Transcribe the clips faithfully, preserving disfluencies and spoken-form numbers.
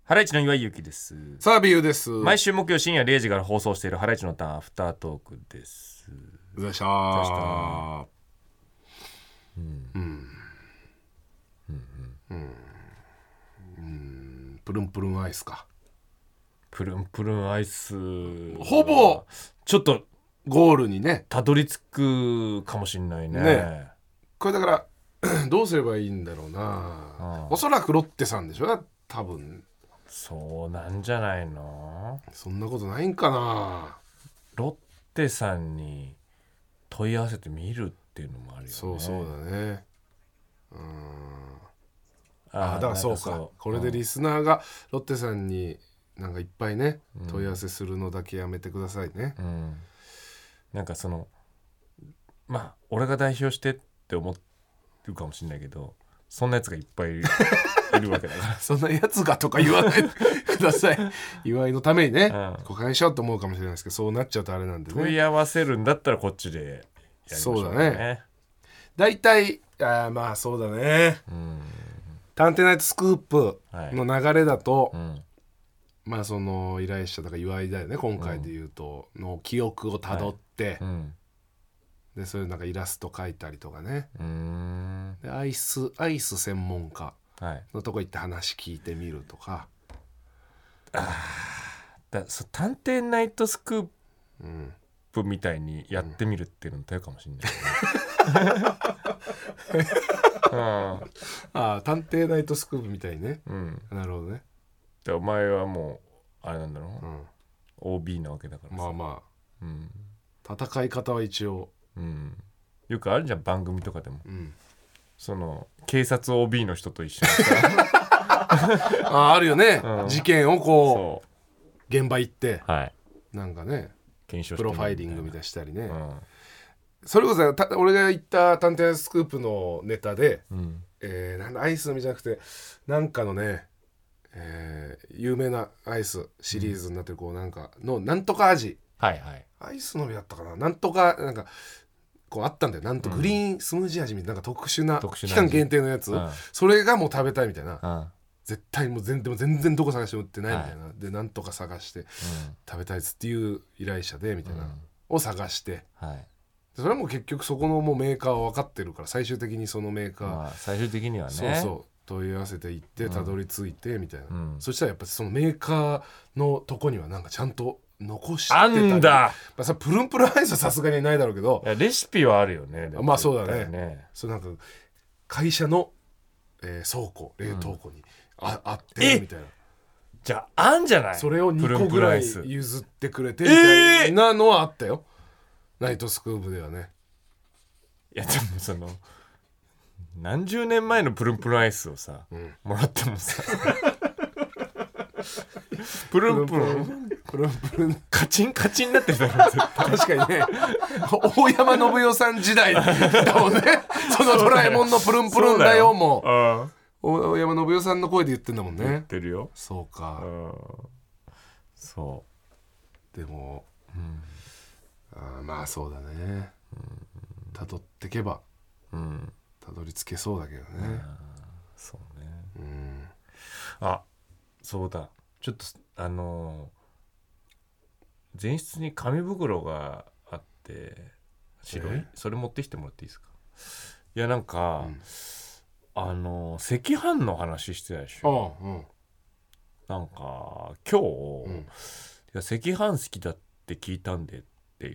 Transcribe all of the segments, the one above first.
ハライチの岩井ゆきです。 サービューです。 毎週木曜深夜れいじから放送しているハライチのターンアフタートークです。 うざしたー。 うんうんうんうんうん、プルンプルンアイスか。 プルンプルンアイスほぼちょっとゴールにねたどり着くかもしんない ね, ねこれだからどうすればいいんだろうな。おそらくロッテさんでしょ多分。 そうなんじゃないの。 そんなことないんかな。 ロッテさんに問い合わせてみるっていうのもあるよね。 そうそうだね。うん。 ああだからそうかそうこれでリスナーがロッテさんになんかいっぱいね、うん、問い合わせするのだけやめてくださいね、 うん、なんかそのまあ俺が代表してって思ってるかもしれないけど、そんなやつがいっぱいいる, いるわけだからそんなやつがとか言わないでください岩井のためにね、うん、こうしようと思うかもしれないですけど、そうなっちゃうとあれなんでね。 問い合わせるんだったらこっちでやりましょうね。 そうだね。だいたいあまあそうだね、うん、探偵ナイトスクープの流れだと、はい、うん、まあその依頼者だから岩井だよね今回で言うと、うん、の記憶をたどって、はい、うん、でそういうなんかイラスト描いたりとかね、うーんでアイスアイス専門家のとこ行って話聞いてみるとか、 はい、あだそ探偵ナイトスクープみたいにやってみるっていうのも手かもしれない、ね、 うん、ああ探偵ナイトスクープみたいにね、うん、なるほどね。 でお前はもうあれなんだろう、うん、オービー なわけだからさ、 まあまあ、うん、戦い方は一応、 うん、よくあるじゃん番組とかでも、うん、その警察 オービー の人と一緒にあ, あるよね、うん、事件をこう現場行って、はい、なんかね検証してプロファイリングみたいにしたりね、うん、それこそた俺が言った探偵スクープのネタで、うん、えー、なんだアイスのみじゃなくてなんかのね、えー、有名なアイスシリーズになってるこうなんかのなんとか味、はいはい、アイスのみだったかな、なんとかなんかこうあったんだよ、なんとグリーンスムージー味みたいな、なんか特殊な期間限定のやつ、うん、それがもう食べたいみたいな、うん、絶対もう 全, でも全然どこ探しても売ってないみたいな、はい、でなんとか探して、うん、食べたいっつっていう依頼者でみたいな、うん、を探して、はい、それはもう結局そこのもうメーカーは分かってるから最終的にそのメーカー、まあ、 最終的にはねそうそう問い合わせていってたどり着いてみたいな、うん、そしたらやっぱりそのメーカーのとこにはなんかちゃんと残してたり、 あんだ、 まあ、それプルンプルンアイスはさすがにないだろうけど、 いやレシピはあるよね。でもまあそうだ ね, ねそれなんか会社の、えー、倉庫冷凍庫に あ,、うん、あってみたいな、 じゃああんじゃない、 それをにこぐらい譲ってくれてみたいなのはあったよ、えー、ナイトスクープではね。 いやでもその何十年前のプルンプルンアイスをさ、うん、もらってもさプルンプルンプルンプルンカチンカチンになってるだろ絶対。 確かにね大山信代さん時代だもんねそのドラえもんのプルンプルンだよもう大山信代さんの声で言ってんだもんね。 言ってるよ。 そうか、 そうでも、うん、あまあそうだね、たどってけば、うん、たどり着けそうだけどね。 そうね、うん、あそうだちょっとあのー、前室に紙袋があって白い、それ持ってきてもらっていいですか。いやなんか、うん、あのー、赤飯の話してたでしょ、うん、なんか今日、うん、いや赤飯好きだって聞いたんでって言って、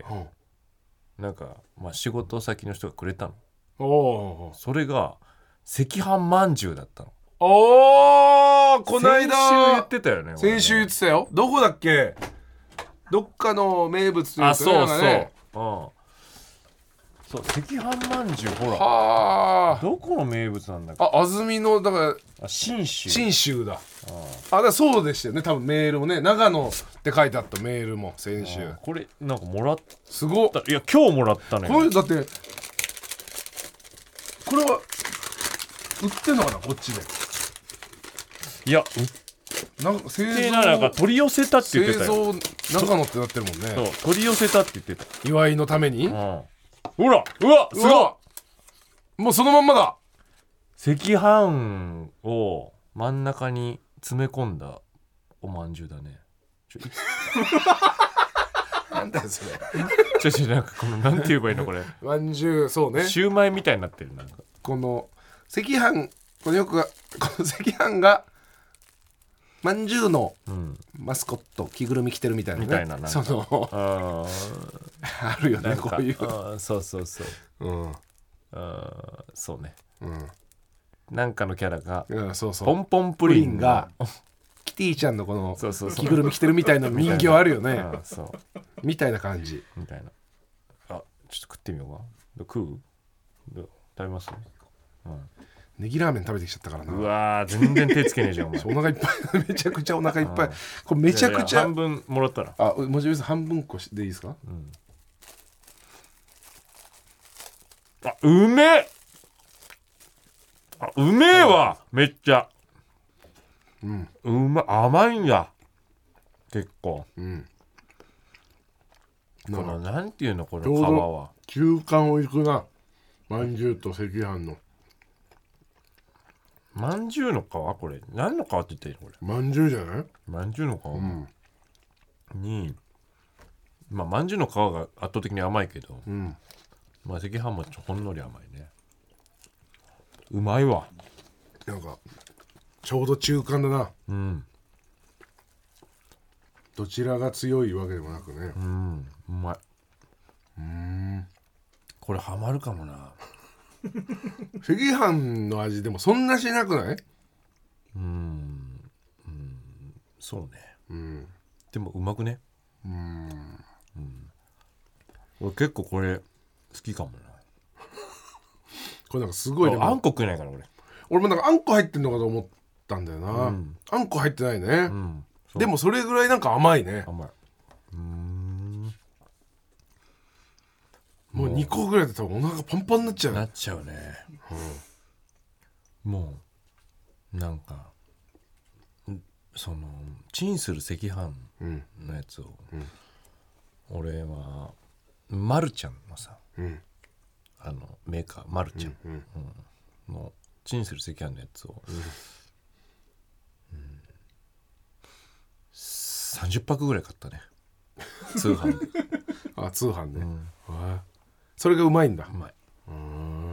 うん、なんか、まあ、仕事先の人がくれたの。おそれが赤飯まんじゅうだったの。 おーこないだ先週言ってたよね。 先週言ってたよ。どこだっけ、どっかの名物というか、ね、 あそうそう、ね、うん、そう赤飯まんじゅうほらはどこの名物なんだっけ。 あ安曇のだから信州信州だ。ああだからそうでしたよね多分メールもね長野って書いてあったメールも先週。 これなんかもらっすごっ。 いや今日もらったね。 これだってこれは売ってんのかなこっちで。 いやなんか製造なんか取り寄せたって言ってたよ。製造長野ってなってるもんね。 そう取り寄せたって言ってた。 祝いのために、うん、 ほらうわすごい。 もうそのまんまだ。 赤飯を真ん中に詰め込んだおまんじゅうだね。ちょなんだよそれ。 ちょちょなんかこのなんて言えばいいのこれ。 まんじゅうそうね。 シューマイみたいになってるなんか。 この赤飯このよくがこの赤飯がまんじゅうのマスコット、うん、着ぐるみ着てるみたいなね。みたいななんかその あ, あるよねこういう。 あそうそうそう。うん。あそうね。うん。なんかのキャラが、うん、そうそうポンポンプリンがキティちゃんのこの着ぐるみ着てるみたいな人形あるよね。 あそうみたいな感じみたいな。あちょっと食ってみようか。食う食べます、 うん、ネギラーメン食べてきちゃったからな。 うわ全然手つけねえじゃんお前。 お腹いっぱいめちゃくちゃお腹いっぱい。これめちゃくちゃいやいや半分もらったらあもちろん半分こでいいですか、うん、 あうめえあうめえわ、うん、めっちゃ、うん、うま甘いんだ結構、うん、このなんていうのこの皮は中間をいくな。まんじゅうと赤飯のまんじゅうの皮これ何の皮って言ってるのこれ。 まんじゅうじゃないまんじゅうの皮、うん、にまあまんじゅうの皮が圧倒的に甘いけど、うん、まあ赤飯もほんのり甘いね。うまいわ。 なんかちょうど中間だな。うんどちらが強いわけでもなくね。 うんうまい。うんこれハマるかもな。 赤飯の味でもそんなしなくない？ うん、うん、そうね、うん、でもうまくね。うん、うん、俺結構これ好きかもな。 これなんかすごいね。 あんこ食えないから俺。 俺もなんかあんこ入ってんのかと思ったんだよな、うん、あんこ入ってないね、うん、でもそれぐらいなんか甘いね。 甘い。うーんもうにこぐらいで多分お腹パンパンになっちゃう。 なっちゃうね、うん、もうなんかそのチンする赤飯のやつを、うんうん、俺はマルちゃんのさ、うん、あのメーカーマルちゃん、うんうんうん、のチンする赤飯のやつを、うんうん、さんじゅっパックぐらい買ったね通販で。 あ通販で、うん、それがうまいんだ。 うまい。うん。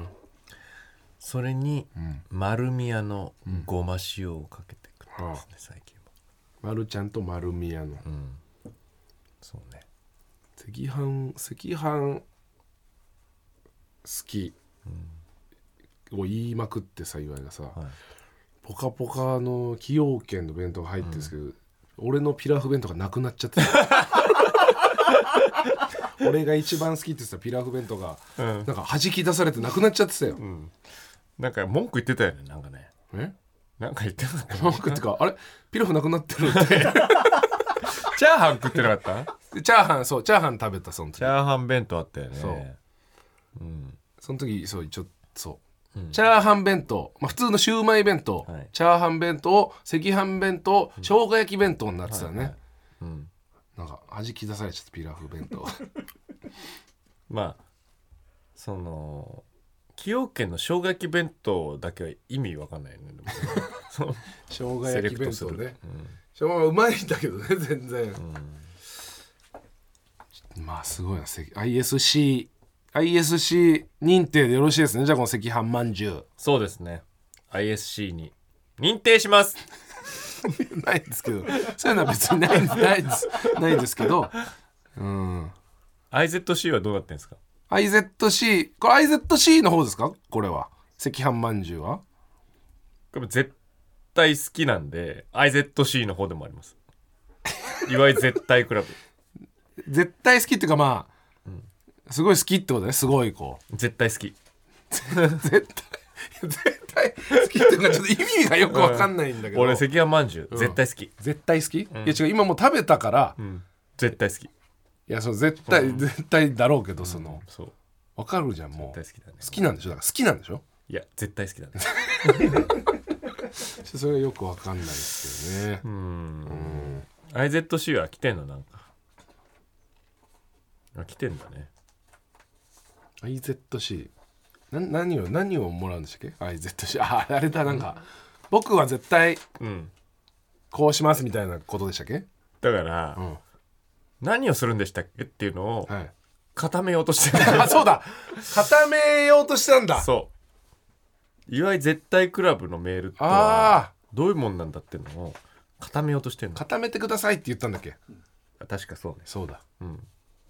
それに、うん、丸宮のごま塩をかけてくるんですね、うん、最近は。 丸ちゃんと丸宮の、うん、 そうね。 赤飯赤飯好き、うん、を言いまくってさ岩井がさ、はい、ポカポカの崎陽軒の弁当が入ってるんですけど、うん、俺のピラフ弁当がなくなっちゃってた。俺が一番好きって言ってたピラフ弁当が、うん、なんか弾き出されてなくなっちゃってたよ、うん、 なんか文句言ってたよね。なんかねえなんか言ってた文句ってかあれピラフなくなってるって。 チャーハン食ってなかった？ チャーハンそうチャーハン食べたその時。 チャーハン弁当あったよね。そう、 うん、その時そうちょっとそう、うん、チャーハン弁当、まあ、普通のシューマイ弁当、はい、チャーハン弁当赤飯弁当生姜焼き弁当になってたよね、はいはい、うんなんか味き出されちゃったピラフ弁当。 まあその崎陽軒の生姜焼き弁当だけは意味わかんないよね。 生姜焼き弁当ね、うん、生姜はうまいんだけどね全然、うん、まあすごいな アイエスシー アイエスシー 認定でよろしいですね。じゃあこの赤飯まんじゅうそうですね アイエスシー に認定します。 ないですけどそういうのは別にないないですないですけど、うん、 アイゼットシー はどうなってんですか？ アイゼットシー これ アイゼットシー の方ですか？これは赤飯まんじゅうはこれ絶対好きなんで アイゼットシー の方でもあります。いわゆる絶対クラブ。 絶対好きっていうかまあ、うん、すごい好きってことね。すごいこう絶対好き。 絶対絶対好きっていうかちょっと意味がよく分かんないんだけど、うん、 俺赤飯まんじゅう、うん、絶対好き。 絶対好き、うん、いや違う今もう食べたから、うん、 絶対好き。いやそう絶対、うん、絶対だろうけどその、 うん、そう分かるじゃんもう絶対好きだね。 好きなんでしょだから好きなんでしょ。 いや絶対好きだね。 それはよく分かんないですけどね。うん、うん、 アイゼットシー は来てんのなんかあ来てんだね。 アイゼットシー な何を何をもらうんでしたっけ？ アイゼットシー ああれだなんか、うん、僕は絶対、うん、 こうしますみたいなことでしたっけ。 だから、うん、何をするんでしたっけっていうのを、はい、固めようとしてるあそうだ固めようとしたんだ。 そう岩井絶対クラブのメールとはどういうもんなんだっていうのを固めようとしてるの。 固めてくださいって言ったんだっけ。 確かそうね。 そうだ、うん、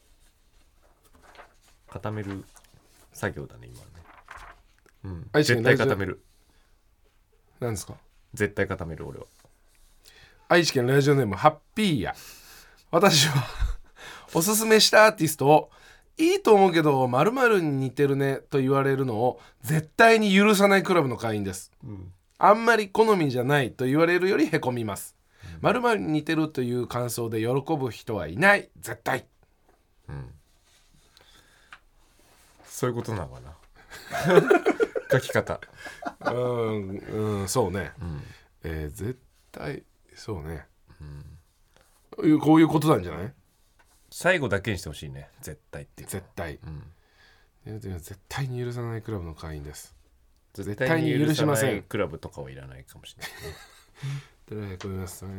固める作業だね今ね、うん、絶対固める。 何ですか。 絶対固める。俺は愛知県ラジオネームハッピーや。私はおすすめしたアーティストをいいと思うけど〇〇に似てるねと言われるのを絶対に許さないクラブの会員です、うん、あんまり好みじゃないと言われるよりへこみます、うん、〇〇に似てるという感想で喜ぶ人はいない絶対、うん、 そういうことなのかな書き方うん、うん、そうね、うんえー、絶対そうね、うん、こういうことなんじゃない。 最後だけにしてほしいね絶対っていう。 絶対、うん、絶対に許さないクラブの会員です。 絶対に許しません。クラブとかはいらないかもしれないねこれます、うん、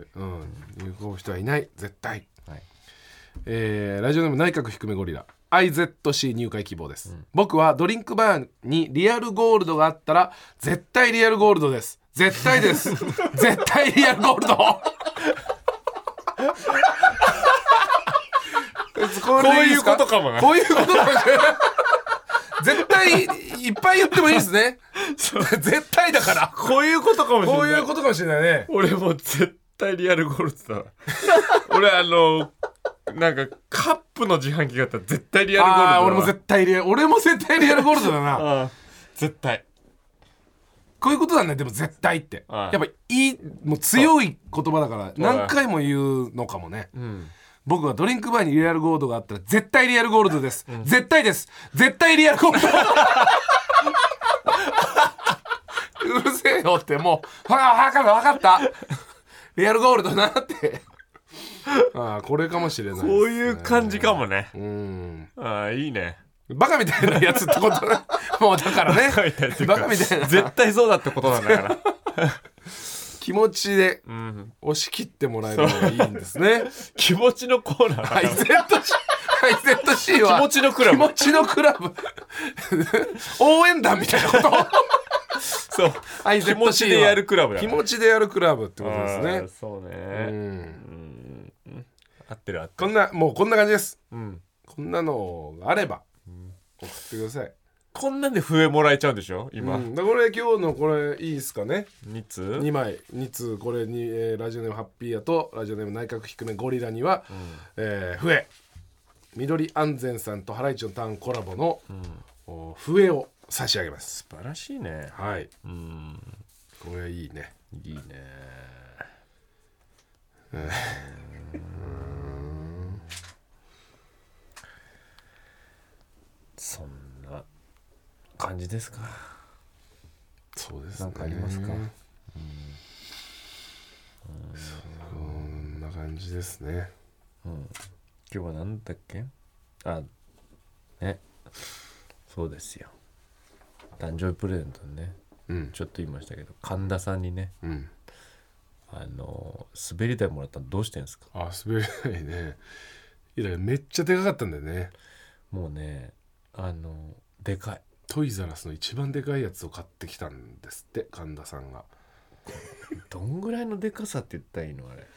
有効人はいない絶対、はいえー、ラジオネーム内閣低めゴリラ アイゼットシー 入会希望です、うん、僕はドリンクバーにリアルゴールドがあったら絶対リアルゴールドです。絶対です絶対リアルゴールドこういうことかもな。 こういうことかもしれない絶対いっぱい言ってもいいですね絶対だからこういうことかもしれない。 こういうことかもしれないね。 俺もう絶対リアルゴールドだ俺あのなんかカップの自販機があったら絶対リアルゴールドだ。 あ俺も絶対リアル俺も絶対リアルゴールドだなあ絶対こういうことだね。でも絶対ってやっぱいいもう強い言葉だから何回も言うのかもね、うん、僕はドリンクバーにリアルゴールドがあったら絶対リアルゴールドです、うん、絶対です絶対リアルゴールドうるせえよってもう分かった分かったリアルゴールドなってあこれかもしれないですね。 こういう感じかもね。うんあいいね。 バカみたいなやつってことねもうだからねバカみたいな絶対そうだってことなんだから気持ちで押し切ってもらえるのがいいんですね、うん、 気持ちのコーナー アイゼットシーアイゼットシー は気持ちのクラブ気持ちのクラブ応援団みたいなことそう アイゼットシー 気持ちでやるクラブだ気持ちでやるクラブってことですね。 そうねうん合ってる合ってる。 こんなもうこんな感じです、うん、こんなのがあれば送ってください。 こんなんで笛もらえちゃうんでしょ今、うん、 これ今日のこれいいですかね。 に通にまいに通これに、えー、ラジオネームハッピーやとラジオネーム内閣低めゴリラには、うんえー、笛緑安全さんとハライチのターンコラボの、うん、笛を差し上げます。 素晴らしいね。 はいうんこれいいねいいねうんそんな感じですか。 そうですね。 なんかありますか。うん、うんそんな感じですね。 うん、今日は何だっけ。あねそうですよ。誕生日プレゼントね、うん、ちょっと言いましたけど神田さんにね、うん、あの滑り台もらったのどうしてんですか。 あ滑り台ねいやめっちゃでかかったんだよね。 もうねあのでかいトイザラスの一番でかいやつを買ってきたんですって神田さんがどんぐらいのでかさって言ったらいいのあれ。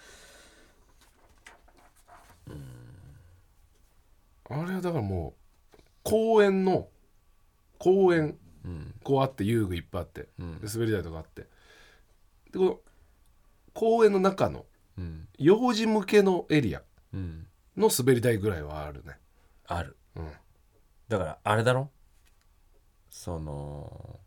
うんあれはだからもう公園の公園、うん、こうあって遊具いっぱいあって、うん、で滑り台とかあってでこの公園の中の、うん、幼児向けのエリアの滑り台ぐらいはあるね。 ある、うん、だからあれだろその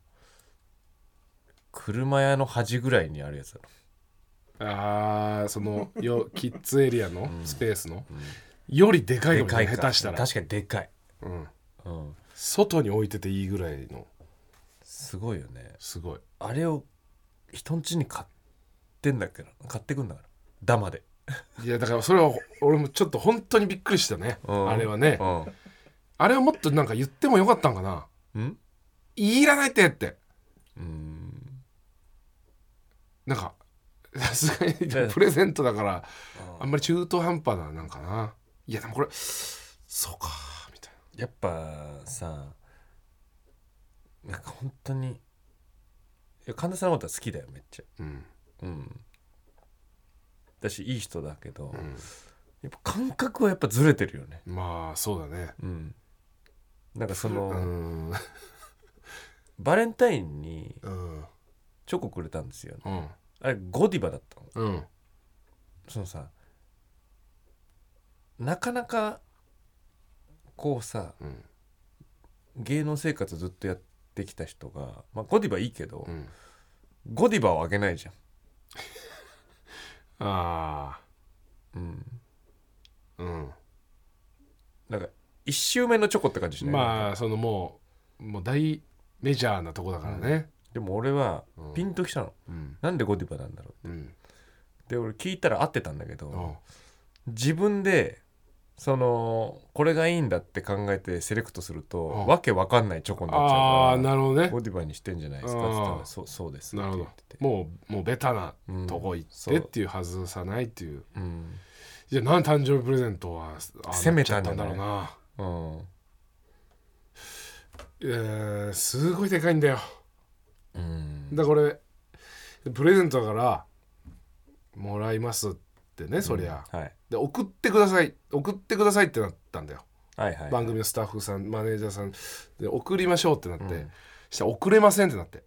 車屋の端ぐらいにあるやつだろ。あーそのよキッズエリアのスペースの、うんうん、よりでかいのが下手したら確かにでかい、 うんうん、外に置いてていいぐらいのすごいよね。 すごいあれを人ん家に買ってんだけど買ってくんだからダマでいやだからそれは俺もちょっと本当にびっくりしたね、うん、あれはね、うん、あれをもっとなんか言ってもよかったんかな。んいらないってってうんなんかさすがにプレゼントだからあんまり中途半端ななんかな。いやでもこれそうかみたいな。やっぱさなんか本当にいや神田さんのことは好きだよめっちゃ。うんうんだしいい人だけど、うん、やっぱ感覚はやっぱずれてるよね。 まあそうだね。うんなんかその、うん、バレンタインにチョコくれたんですよ、ねうん、あれゴディバだったの、うん、そのさなかなかこうさ、うん、芸能生活ずっとやってきた人が、まあ、ゴディバいいけど、うん、ゴディバをあげないじゃんああうんうんなんか一周目のチョコって感じしない？ まあそのもうもう大メジャーなとこだからね、 うん、でも俺はピンときたの、うん、なんでゴディバなんだろうって、うん、で俺聞いたら合ってたんだけど、自分でそのこれがいいんだって考えてセレクトするとわけわかんないチョコになっちゃうから、ああなるほどねゴディバにしてんじゃないですかって言ったらそ う, そうですなるほどもうもうベタなとこ行ってっていうはずさないっていう、うん、いや何誕生日プレゼントは攻めたんだろうな。うん、えー、すごいでかいんだよ、うん、だからこれプレゼントだからもらいますってね、そりゃ、うんはい、で送ってください送ってくださいってなったんだよ、はいはいはい、番組のスタッフさんマネージャーさんで送りましょうってなって、うん、したら送れませんってなって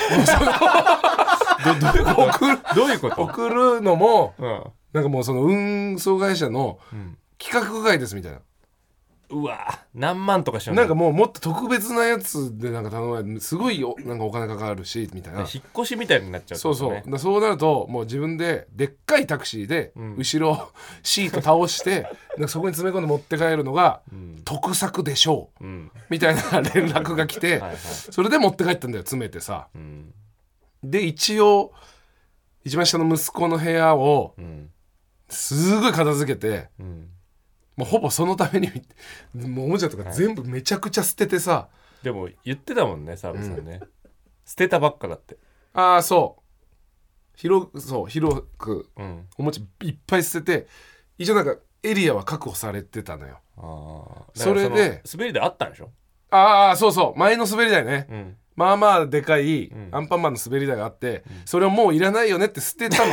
ど, ど, ういうこと送るどういうこと送るのも、うん、なんかもうその運送会社の規格外ですみたいな、 うわ何万とかしようなんかもうもっと特別なやつでなんか頼まれてすごいよなんかお金かかるしみたいな引っ越しみたいになっちゃう、ね、 そうそうだそうなるともう自分ででっかいタクシーで後ろシート倒して、うん、なんかそこに詰め込んで持って帰るのが得策でしょう、うん、みたいな連絡が来てはい、はい、それで持って帰ったんだよ詰めてさ、うん、で一応一番下の息子の部屋をすごい片付けて、うんもうほぼそのためにもうおもちゃとか全部めちゃくちゃ捨ててさ、はい、でも言ってたもんね澤部さんね、うん、捨てたばっかだって。 ああそう広そう広く、うん、おもちゃいっぱい捨てて一応なんかエリアは確保されてたのよ。あそれで滑り台あったんでしょ。 ああそうそう前の滑り台ね、うん、まあまあでかい、うん、アンパンマンの滑り台があって、うん、それをもういらないよねって捨てたの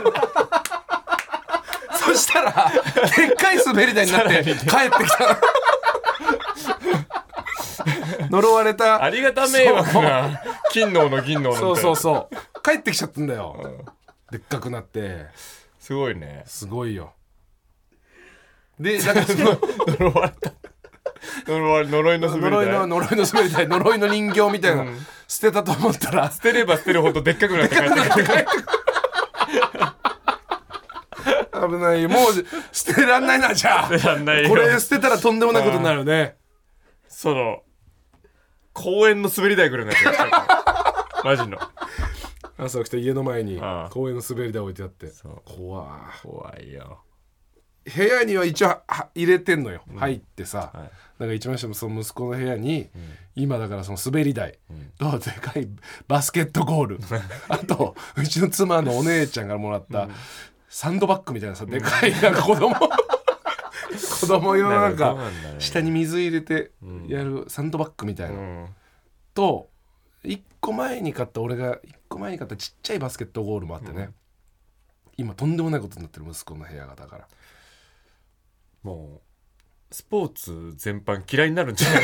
そしたらでっかい滑り台になって帰ってきた呪われたありがた迷惑な金のの銀ののそうそうそう帰ってきちゃったんだよ、うん、でっかくなってすごいねすごいよ。でなんかすごい呪われた呪い呪いの滑り台呪いの呪いの滑り台呪いの人形みたいな、うん、捨てたと思ったら捨てれば捨てるほどでっかくなって帰ってくる危ないよもう捨てらんないなじゃあ捨てらんないよこれ捨てたらとんでもないことになるよね。 その公園の滑り台ぐらいになっちゃうマジの朝起きた家の前に公園の滑り台置いてあって怖怖いよ。 部屋には一応入れてんのよ、うん、入ってさ、はい、なんか一番下もその息子の部屋に、うん、今だからその滑り台、うん、とでかいバスケットゴールあとうちの妻のお姉ちゃんからもらった、うんサンドバッグみたいなさでかいなんか子供子供用なんか下に水入れてやるサンドバッグみたいな、うん、といっこまえに買った俺がいっこまえに買ったちっちゃいバスケットゴールもあってね、うん、今とんでもないことになってる息子の部屋がだからもうスポーツ全般嫌いになるんじゃない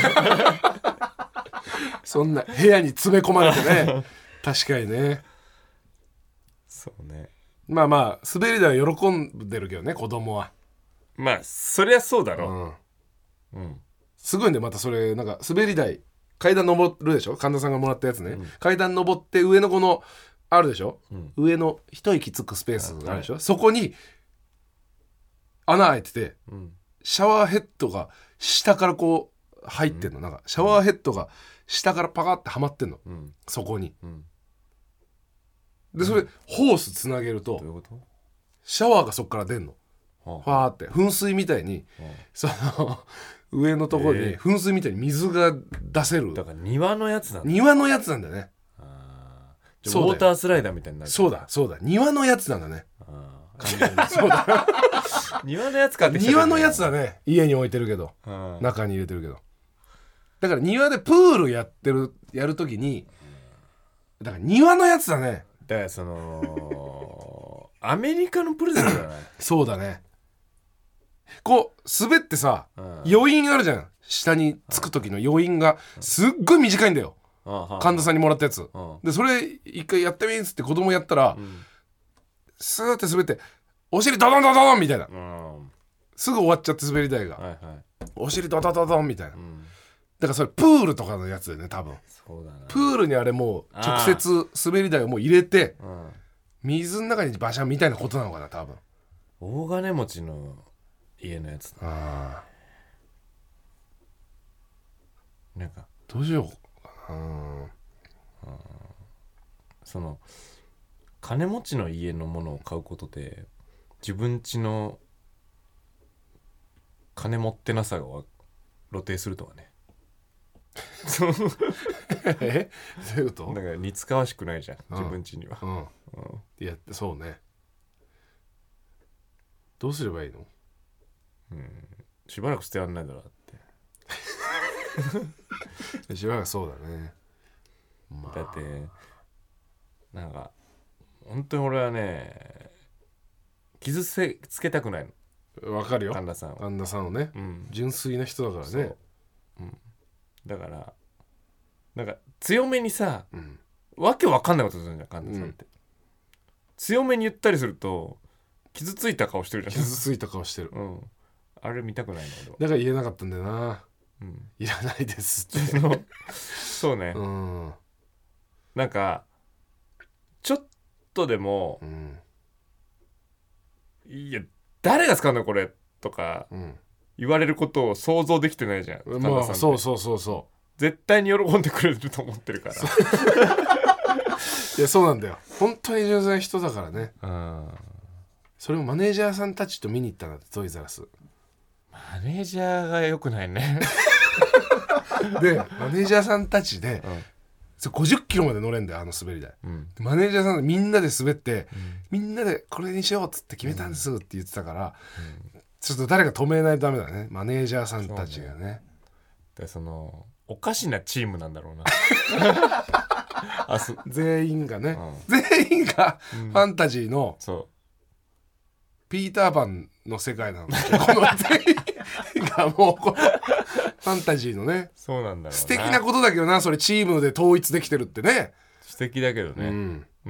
そんな部屋に詰め込まれてね確かにねそうねまあまあ滑り台は喜んでるけどね子供は。 まあそりゃそうだろう、うんうん、すごいねまたそれなんか滑り台階段登るでしょ神田さんがもらったやつね、うん、階段登って上のこのあるでしょ、うん、上の一息つくスペースがあるでしょ、はい、そこに穴開いてて、うん、シャワーヘッドが下からこう入ってんの、うん、なんかシャワーヘッドが下からパカってはまってんの、うん、そこに、うんでそれ、うん、ホースつなげるとどういうことシャワーがそこから出んの、はあ、ファーって噴水みたいに、はあ、その上のところに噴水みたいに水が出せる、 だから庭のやつなんだ庭のやつなんだよね。あウォータースライダーみたいになる。 そうだそうだ庭のやつなんだね。 あそうだ庭のやつかって庭のやつだね。家に置いてるけど中に入れてるけど、だから庭でプールやってるやるときにだから庭のやつだね。 だからそのアメリカのプレゼントじゃないそうだね。こう滑ってさ、うん、余韻あるじゃん。下につく時の余韻がすっごい短いんだよ、うん、神田さんにもらったやつ、うん、でそれ一回やってみんっつって子供やったら、うん、スーって滑ってお尻ドドンドドンみたいな、うん、すぐ終わっちゃって滑り台が、はいはい、お尻ドドドドンみたいな、うん、だからそれプールとかのやつだよね多分。 そうだな。 プールにあれもう直接滑り台をもう入れて、うん、水の中にバシャンみたいなことなのかな多分。 大金持ちの家のやつだ。あなんかどうしようかな。うんその金持ちの家のものを買うことで自分家の金持ってなさが露呈するとかねえどういうこと？ だから似つかわしくないじゃん、うん、自分家には、うんうん、 いやそうね。どうすればいいの？ うん、しばらく捨てらんないだろうってしばらくそうだね、 まあ、だってなんか本当に俺はね傷つけたくないの。わかるよ神田さんを神田さんをね、うん、純粋な人だからね。 う、うん、だからなんか強めにさ、うん、わけわかんないことするじゃん神田さんって、うん、強めに言ったりすると傷ついた顔してるじゃん。 傷ついた顔してる、 うんあれ見たくないの俺は。 だから言えなかったんだよな、うん、いらないですってそうね、うん、なんかちょっとでも、うん、いや誰が使うのこれとか、うん、言われることを想像できてないじゃん、 まあ、そうそうそうそう絶対に喜んでくれると思ってるからいやそうなんだよ本当に純粋な人だからね、うん、それもマネージャーさんたちと見に行ったんだってトイザらス。 マネージャーが良くないねでマネージャーさんたちで、うん、ごじゅっキロまで乗れんだよあの滑り台、うん、マネージャーさんみんなで滑って、うん、みんなでこれにしようっつって決めたんですって言ってたから、うん、ちょっと誰か止めないとダメだねマネージャーさんたちがね。 でそのおかしなチームなんだろうなあす全員がね、うん、全員がファンタジーの、うん、そうピーターパンの世界なのこの全員がもうこのファンタジーのね。 そうなんだろうな。 素敵なことだけどなそれチームで統一できてるってね。 素敵だけどね、うんうん、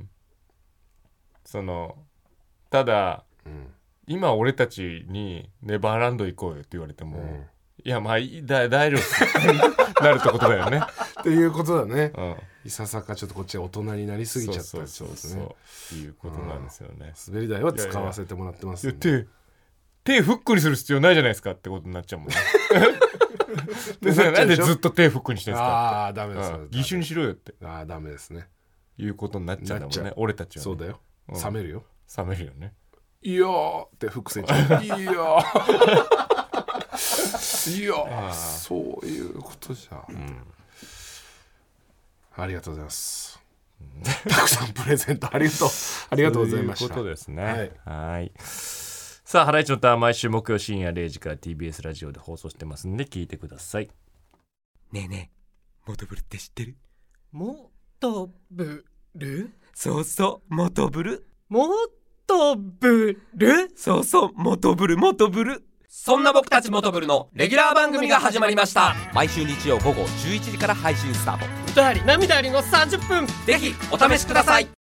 そのただ、うん、今俺たちにネバーランド行こうよって言われても、うん、いやまあだ大丈夫なるってことだよねっていうことだね、うん、いささかちょっとこっちが大人になりすぎちゃったりするんですね。そうそうそういうことなんですよね、うん、 滑り台は使わせてもらってますんで。いやいや手手フックにする必要ないじゃないですかってことになっちゃうもんねでなんでずっと手フックにしてるんですかって。 ああダメです、うん、 義手にしろよってああダメですねいうことになっちゃうんだもんね俺たちは、ね、 そうだよ、うん、冷めるよ冷めるよね。 いやーってフックせちゃういやーいやそういうことじゃ、うん、ありがとうございます、うん、たくさんプレゼントありがとうありがとうございました。 そういうことですね。はい、はいさあハライチのターン毎週木曜深夜れいじから ティービーエス ラジオで放送してますんで聞いてください。 ねえねえモトブルって知ってる？ モトブル？ そうそうモトブルモトブル？ そうそうモトブルモトブル。そんな僕たちモトブルのレギュラー番組が始まりました。毎週日曜午後じゅういちじから配信スタート。 歌あり涙ありのさんじゅっぷん、 ぜひお試しください。